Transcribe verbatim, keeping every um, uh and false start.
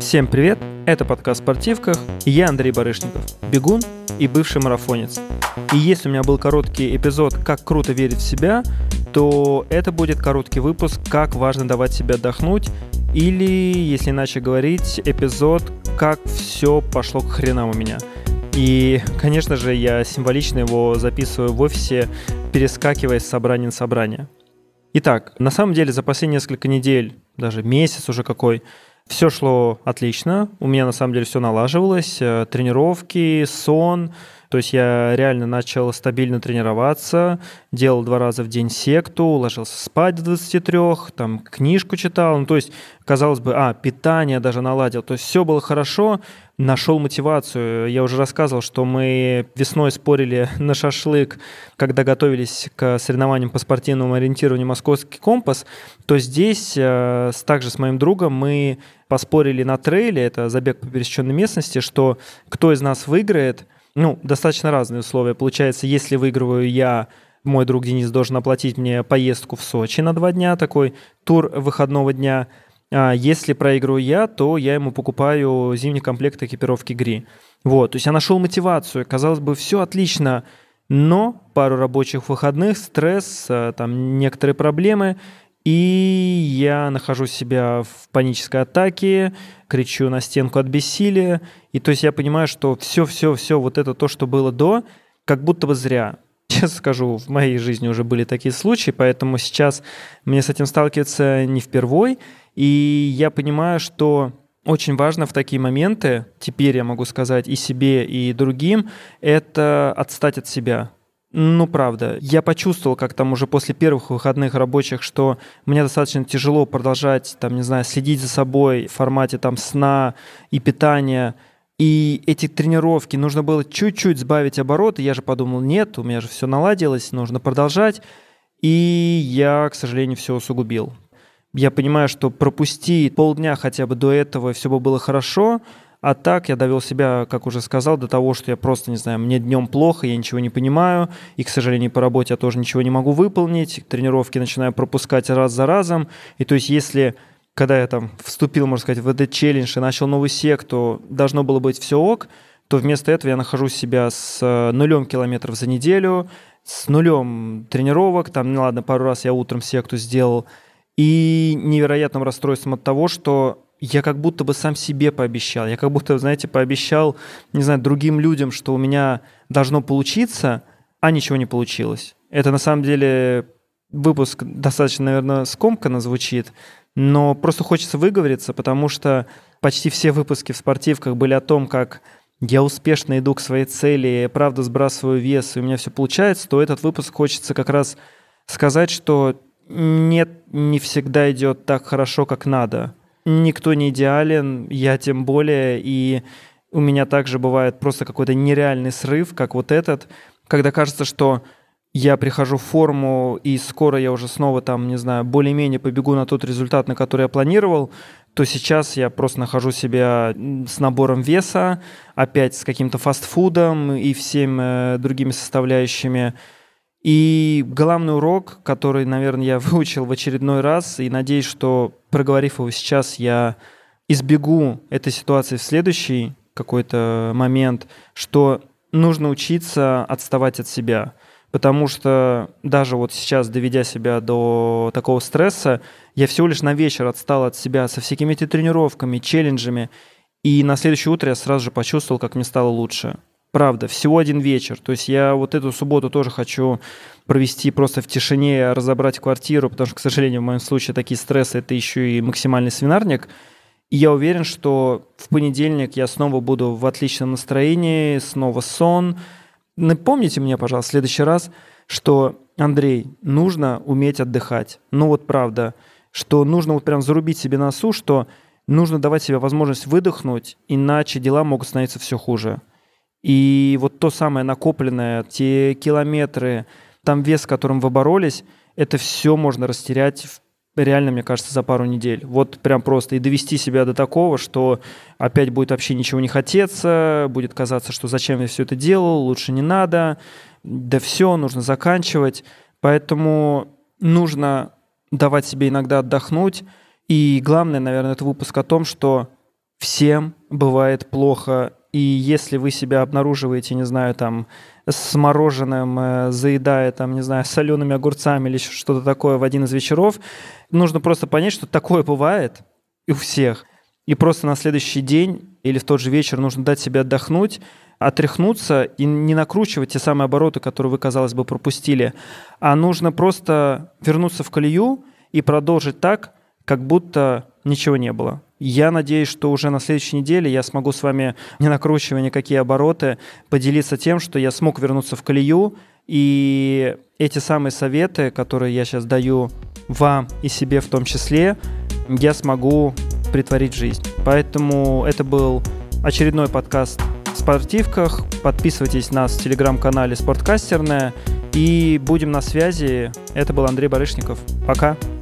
Всем привет! Это подкаст «В спортивках» и я Андрей Барышников, бегун и бывший марафонец. И если у меня был короткий эпизод «Как круто верить в себя», то это будет короткий выпуск «Как важно давать себе отдохнуть» или, если иначе говорить, эпизод «Как все пошло к хренам у меня». И, конечно же, я символично его записываю в офисе, перескакивая с собрания на собрание. Итак, на самом деле за последние несколько недель, даже месяц уже какой, все шло отлично, у меня на самом деле все налаживалось, тренировки, сон, то есть я реально начал стабильно тренироваться, делал два раза в день секту, ложился спать до двадцати трёх, там книжку читал, ну то есть, казалось бы, а, питание даже наладил, то есть все было хорошо, нашел мотивацию. Я уже рассказывал, что мы весной спорили на шашлык, когда готовились к соревнованиям по спортивному ориентированию «Московский компас», то здесь э, также с моим другом мы поспорили на трейле, это забег по пересеченной местности, что кто из нас выиграет. Ну, достаточно разные условия. Получается, если выигрываю я, мой друг Денис должен оплатить мне поездку в Сочи на два дня, такой тур выходного дня. А если проигрываю я, то я ему покупаю зимний комплект экипировки ГРИ. Вот, то есть я нашел мотивацию. Казалось бы, все отлично, но пару рабочих выходных, стресс, там некоторые проблемы, и я нахожу себя в панической атаке, кричу на стенку от бессилия. И то есть я понимаю, что все-все-все, вот это то, что было до, как будто бы зря. Честно скажу, в моей жизни уже были такие случаи, поэтому сейчас мне с этим сталкиваться не впервой. И я понимаю, что очень важно в такие моменты, теперь я могу сказать и себе, и другим, это отстать от себя. Ну, правда. Я почувствовал, как там уже после первых выходных рабочих, что мне достаточно тяжело продолжать, там, не знаю, следить за собой в формате там сна и питания. И эти тренировки нужно было чуть-чуть сбавить обороты. Я же подумал, нет, у меня же все наладилось, нужно продолжать. И я, к сожалению, все усугубил. Я понимаю, что пропусти полдня хотя бы до этого, все бы было хорошо. А так я довел себя, как уже сказал, до того, что я просто, не знаю, мне днем плохо, я ничего не понимаю, и, к сожалению, по работе я тоже ничего не могу выполнить, тренировки начинаю пропускать раз за разом. И то есть если, когда я там вступил, можно сказать, в этот челлендж и начал новую секту, должно было быть все ок, то вместо этого я нахожу себя с нулем километров за неделю, с нулем тренировок, там, ну ладно, пару раз я утром секту сделал, и невероятным расстройством от того, что я как будто бы сам себе пообещал. Я как будто, знаете, пообещал, не знаю, другим людям, что у меня должно получиться, а ничего не получилось. Это на самом деле выпуск достаточно, наверное, скомканно звучит, но просто хочется выговориться, потому что почти все выпуски в спортивках были о том, как я успешно иду к своей цели, правда сбрасываю вес, и у меня все получается, то этот выпуск хочется как раз сказать, что нет, не всегда идет так хорошо, как надо. Никто не идеален, я тем более, и у меня также бывает просто какой-то нереальный срыв, как вот этот, когда кажется, что я прихожу в форму, и скоро я уже снова там, не знаю, более-менее побегу на тот результат, на который я планировал, то сейчас я просто нахожу себя с набором веса, опять с каким-то фастфудом и всеми другими составляющими. И главный урок, который, наверное, я выучил в очередной раз, и надеюсь, что, проговорив его сейчас, я избегу этой ситуации в следующий какой-то момент, что нужно учиться отставать от себя. Потому что даже вот сейчас, доведя себя до такого стресса, я всего лишь на вечер отстал от себя со всякими этими тренировками, челленджами, и на следующее утро я сразу же почувствовал, как мне стало лучше. Правда, всего один вечер. То есть я вот эту субботу тоже хочу провести просто в тишине, разобрать квартиру, потому что, к сожалению, в моем случае такие стрессы – это еще и максимальный свинарник. И я уверен, что в понедельник я снова буду в отличном настроении, снова сон. Напомните мне, пожалуйста, в следующий раз, что, Андрей, нужно уметь отдыхать. Ну вот правда, что нужно вот прям зарубить себе на носу, что нужно давать себе возможность выдохнуть, иначе дела могут становиться все хуже. И вот то самое накопленное, те километры, там вес, с которым вы боролись, это все можно растерять реально, мне кажется, за пару недель. Вот прям просто. И довести себя до такого, что опять будет вообще ничего не хотеться, будет казаться, что зачем я все это делал, лучше не надо, да все, нужно заканчивать. Поэтому нужно давать себе иногда отдохнуть. И главное, наверное, это выпуск о том, что Всем бывает плохо. И если вы себя обнаруживаете, не знаю, там, с мороженым, э, заедая, там, не знаю, солеными огурцами или что-то такое в один из вечеров, нужно просто понять, что такое бывает и у всех. И просто на следующий день или в тот же вечер нужно дать себе отдохнуть, отряхнуться и не накручивать те самые обороты, которые вы, казалось бы, пропустили, а нужно просто вернуться в колею и продолжить так, как будто ничего не было. Я надеюсь, что уже на следующей неделе я смогу с вами, не накручивая никакие обороты, поделиться тем, что я смог вернуться в колею, и эти самые советы, которые я сейчас даю вам и себе в том числе, я смогу притворить в жизнь. Поэтому это был очередной подкаст в спортивках. Подписывайтесь на нас в телеграм-канале «Спорткастерная» и будем на связи. Это был Андрей Барышников. Пока!